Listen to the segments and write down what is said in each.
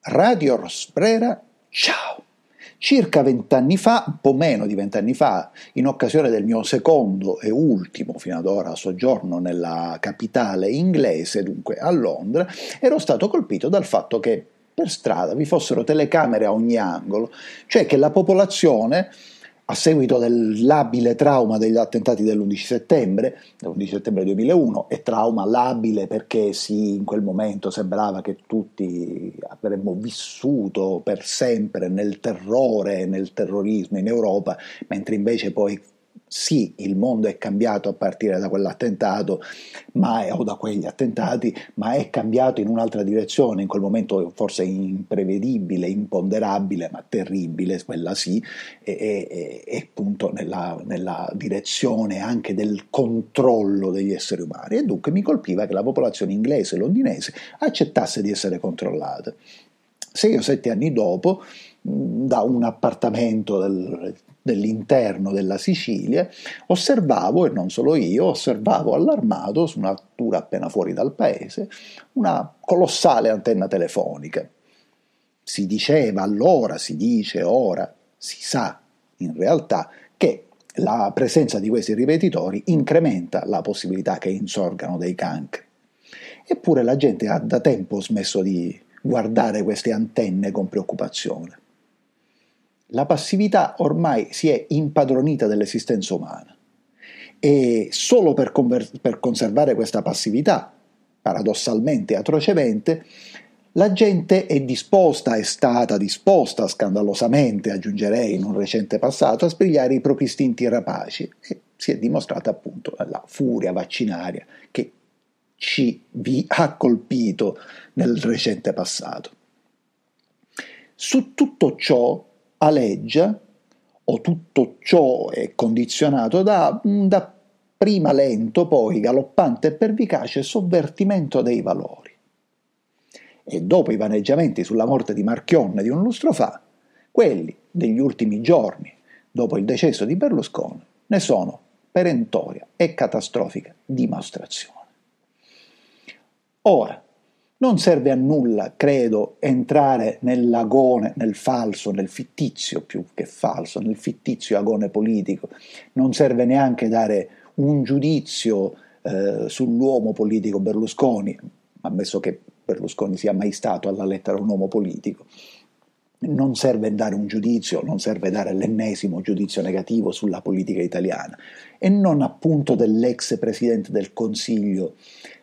Radio Rosbrera, ciao! Circa 20 anni fa, un po' meno di 20 anni fa, in occasione del mio secondo e ultimo fino ad ora soggiorno nella capitale inglese, dunque a Londra, ero stato colpito dal fatto che per strada vi fossero telecamere a ogni angolo, cioè che la popolazione, a seguito del labile trauma degli attentati dell'11 settembre 2001, e trauma labile perché sì, in quel momento sembrava che tutti avremmo vissuto per sempre nel terrore, nel terrorismo in Europa, mentre invece poi sì, il mondo è cambiato a partire da quell'attentato, o da quegli attentati, ma è cambiato in un'altra direzione, in quel momento forse imprevedibile, imponderabile, ma terribile, quella sì, e appunto nella direzione anche del controllo degli esseri umani. E dunque mi colpiva che la popolazione inglese e londinese accettasse di essere controllata. 6 o 7 anni dopo, da un appartamento dell'interno della Sicilia, osservavo, e non solo io, osservavo allarmato su un'altura appena fuori dal paese, una colossale antenna telefonica. Si diceva allora, si dice ora, si sa in realtà che la presenza di questi ripetitori incrementa la possibilità che insorgano dei cancri. Eppure la gente ha da tempo smesso di guardare queste antenne con preoccupazione. La passività ormai si è impadronita dell'esistenza umana e solo per conservare questa passività, paradossalmente atrocemente, la gente è stata disposta scandalosamente, aggiungerei in un recente passato, a sbrigliare i propri istinti rapaci, e si è dimostrata appunto la furia vaccinaria che vi ha colpito nel recente passato. Su tutto ciò aleggia, o tutto ciò è condizionato da prima lento, poi galoppante e pervicace sovvertimento dei valori. E dopo i vaneggiamenti sulla morte di Marchionne di un lustro fa, quelli degli ultimi giorni, dopo il decesso di Berlusconi, ne sono perentoria e catastrofica dimostrazione. Ora, non serve a nulla, credo, entrare nell'agone, nel falso, nel fittizio più che falso, nel fittizio agone politico. Non serve neanche dare un giudizio sull'uomo politico Berlusconi, ammesso che Berlusconi sia mai stato alla lettera un uomo politico. Non serve dare un giudizio, non serve dare l'ennesimo giudizio negativo sulla politica italiana, e non appunto dell'ex Presidente del Consiglio.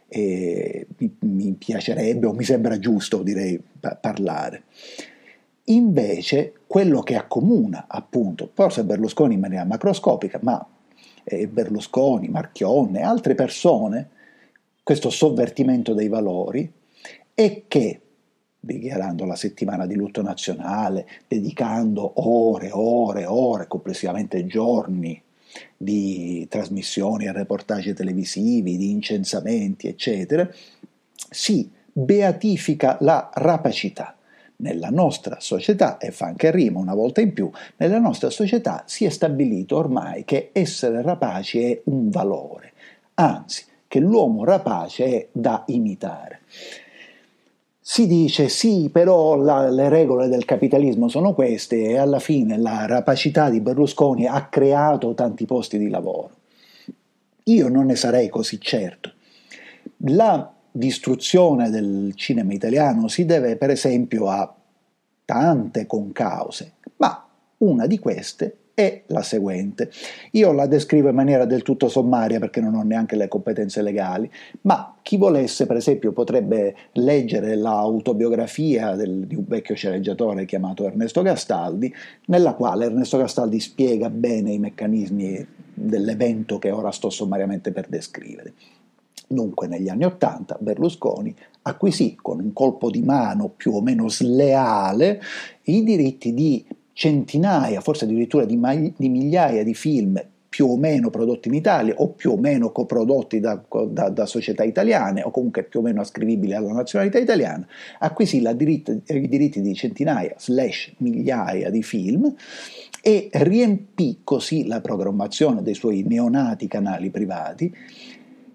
Mi piacerebbe, o mi sembra giusto, direi, parlare. Invece, quello che accomuna, appunto, forse Berlusconi in maniera macroscopica, ma Berlusconi, Marchionne e altre persone, questo sovvertimento dei valori, è che, dichiarando la settimana di lutto nazionale, dedicando ore, complessivamente giorni, di trasmissioni e reportage televisivi, di incensamenti, eccetera, si beatifica la rapacità. Nella nostra società, e fa anche rima una volta in più, nella nostra società si è stabilito ormai che essere rapaci è un valore, anzi, che l'uomo rapace è da imitare. Si dice sì, però le regole del capitalismo sono queste, e alla fine la rapacità di Berlusconi ha creato tanti posti di lavoro. Io non ne sarei così certo. La distruzione del cinema italiano si deve per esempio a tante concause, ma una di queste è la seguente. Io la descrivo in maniera del tutto sommaria perché non ho neanche le competenze legali, ma chi volesse, per esempio, potrebbe leggere l'autobiografia di un vecchio sceneggiatore chiamato Ernesto Gastaldi, nella quale Ernesto Gastaldi spiega bene i meccanismi dell'evento che ora sto sommariamente per descrivere. Dunque, negli anni '80 Berlusconi acquisì con un colpo di mano più o meno sleale i diritti di centinaia, forse addirittura di migliaia di film più o meno prodotti in Italia o più o meno coprodotti da società italiane, o comunque più o meno ascrivibili alla nazionalità italiana. Acquisì i diritti di centinaia / migliaia di film e riempì così la programmazione dei suoi neonati canali privati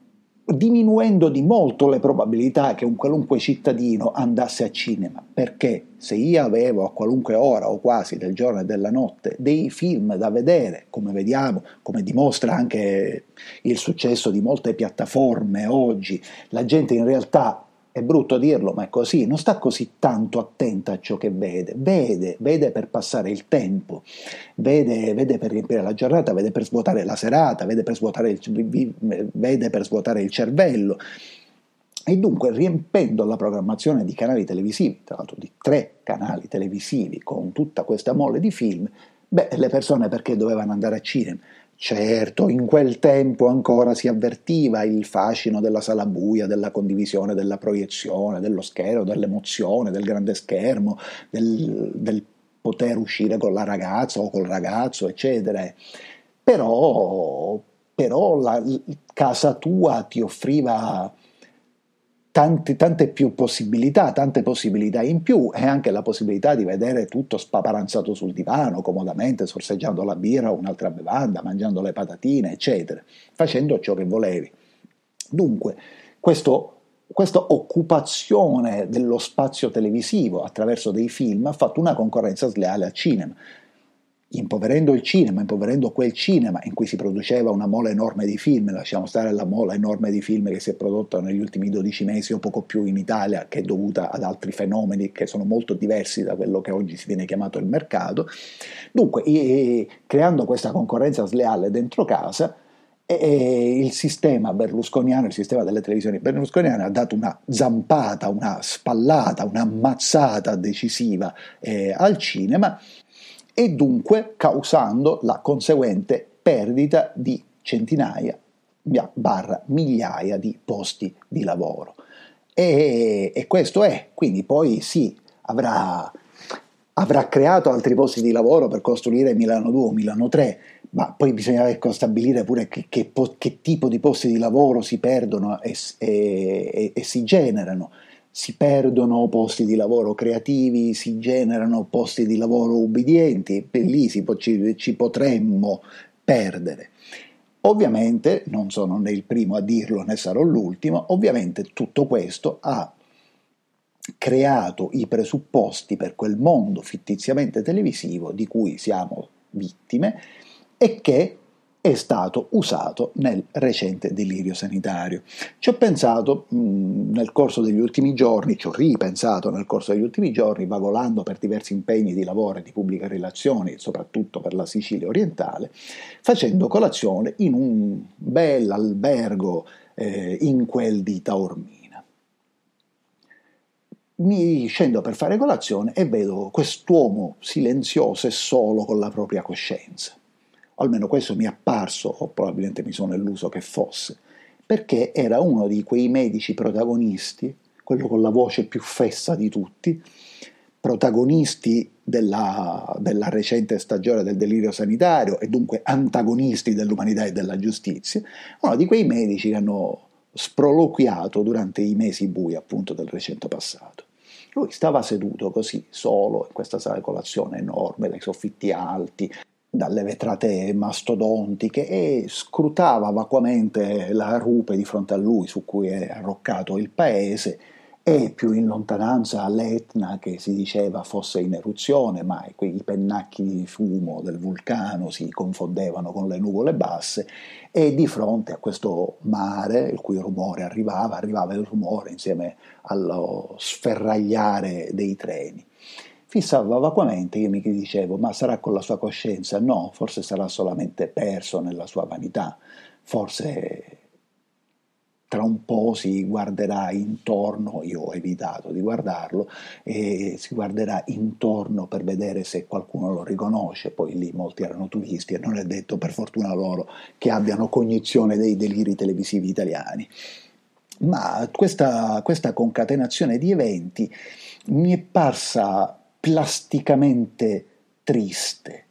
diminuendo di molto le probabilità che un qualunque cittadino andasse a cinema, perché se io avevo a qualunque ora o quasi del giorno e della notte dei film da vedere, come vediamo, come dimostra anche il successo di molte piattaforme oggi, la gente in realtà, è brutto dirlo, ma è così, non sta così tanto attenta a ciò che vede per passare il tempo, vede per riempire la giornata, vede per svuotare la serata, vede per svuotare il cervello. E dunque, riempendo la programmazione di canali televisivi, tra l'altro di 3 canali televisivi, con tutta questa mole di film, le persone perché dovevano andare a cinema? Certo, in quel tempo ancora si avvertiva il fascino della sala buia, della condivisione, della proiezione, dello schermo, dell'emozione, del grande schermo, del poter uscire con la ragazza o col ragazzo, eccetera. Però la casa tua ti offriva tante più possibilità, tante possibilità in più, e anche la possibilità di vedere tutto spaparanzato sul divano, comodamente, sorseggiando la birra o un'altra bevanda, mangiando le patatine, eccetera, facendo ciò che volevi. Dunque, questa occupazione dello spazio televisivo attraverso dei film ha fatto una concorrenza sleale al cinema, impoverendo il cinema, impoverendo quel cinema in cui si produceva una mole enorme di film. Lasciamo stare la mole enorme di film che si è prodotta negli ultimi 12 mesi o poco più in Italia, che è dovuta ad altri fenomeni che sono molto diversi da quello che oggi si viene chiamato il mercato. Dunque, creando questa concorrenza sleale dentro casa, il sistema berlusconiano, il sistema delle televisioni berlusconiane ha dato una zampata, una spallata, una mazzata decisiva al cinema, e dunque causando la conseguente perdita di centinaia barra migliaia di posti di lavoro. E questo è, quindi poi sì, avrà creato altri posti di lavoro per costruire Milano 2 o Milano 3, ma poi bisogna stabilire pure che tipo di posti di lavoro si perdono e si generano. Si perdono posti di lavoro creativi, si generano posti di lavoro ubbidienti, e lì ci potremmo perdere. Ovviamente, non sono né il primo a dirlo né sarò l'ultimo, ovviamente tutto questo ha creato i presupposti per quel mondo fittiziamente televisivo di cui siamo vittime e che è stato usato nel recente delirio sanitario. Ci ho pensato nel corso degli ultimi giorni, ci ho ripensato nel corso degli ultimi giorni, vagolando per diversi impegni di lavoro e di pubbliche relazioni, soprattutto per la Sicilia orientale, facendo colazione in un bel albergo in quel di Taormina. Mi scendo per fare colazione e vedo quest'uomo silenzioso e solo con la propria coscienza. Almeno questo mi è apparso, o probabilmente mi sono illuso che fosse, perché era uno di quei medici protagonisti, quello con la voce più fessa di tutti, protagonisti della recente stagione del delirio sanitario e dunque antagonisti dell'umanità e della giustizia, uno di quei medici che hanno sproloquiato durante i mesi bui appunto del recente passato. Lui stava seduto così, solo, in questa sala di colazione enorme, dai soffitti alti, dalle vetrate mastodontiche, e scrutava vacuamente la rupe di fronte a lui su cui è arroccato il paese, e più in lontananza l'Etna che si diceva fosse in eruzione, ma i pennacchi di fumo del vulcano si confondevano con le nuvole basse, e di fronte a questo mare, il cui rumore arrivava il rumore insieme allo sferragliare dei treni. Fissava vacuamente, io mi dicevo, ma sarà con la sua coscienza? No, forse sarà solamente perso nella sua vanità, forse tra un po' si guarderà intorno, io ho evitato di guardarlo, e si guarderà intorno per vedere se qualcuno lo riconosce. Poi lì molti erano turisti e non è detto, per fortuna loro, che abbiano cognizione dei deliri televisivi italiani. Ma questa concatenazione di eventi mi è parsa plasticamente triste,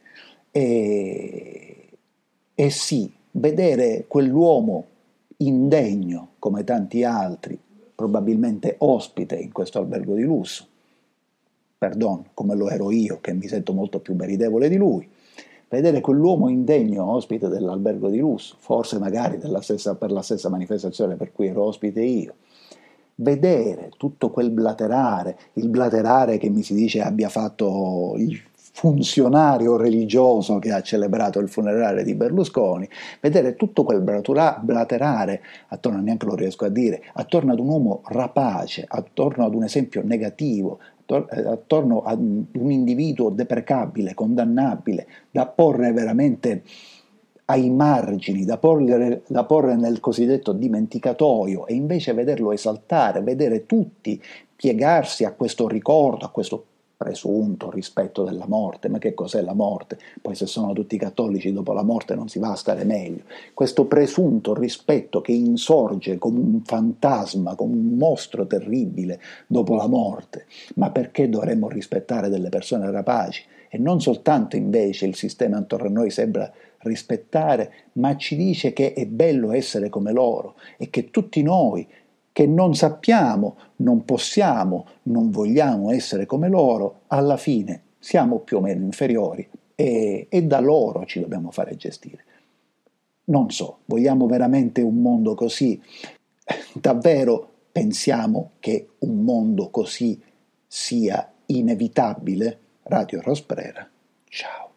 e sì, vedere quell'uomo indegno come tanti altri, probabilmente ospite in questo albergo di lusso, perdon, come lo ero io che mi sento molto più meritevole di lui, vedere quell'uomo indegno ospite dell'albergo di lusso, forse magari per la stessa manifestazione per cui ero ospite io, vedere tutto quel blaterare, il blaterare che mi si dice abbia fatto il funzionario religioso che ha celebrato il funerale di Berlusconi, vedere tutto quel blaterare attorno, neanche lo riesco a dire, attorno ad un uomo rapace, attorno ad un esempio negativo, attorno a un individuo deprecabile, condannabile, da porre veramente ai margini, da porre nel cosiddetto dimenticatoio, e invece vederlo esaltare, vedere tutti piegarsi a questo ricordo, a questo presunto rispetto della morte. Ma che cos'è la morte? Poi se sono tutti cattolici, dopo la morte non si va a stare meglio. Questo presunto rispetto che insorge come un fantasma, come un mostro terribile dopo la morte. Ma perché dovremmo rispettare delle persone rapaci? E non soltanto invece il sistema intorno a noi sembra rispettare, ma ci dice che è bello essere come loro e che tutti noi che non sappiamo, non possiamo, non vogliamo essere come loro, alla fine siamo più o meno inferiori e da loro ci dobbiamo fare gestire. Non so, vogliamo veramente un mondo così? Davvero pensiamo che un mondo così sia inevitabile? Radio Rosbrera, ciao.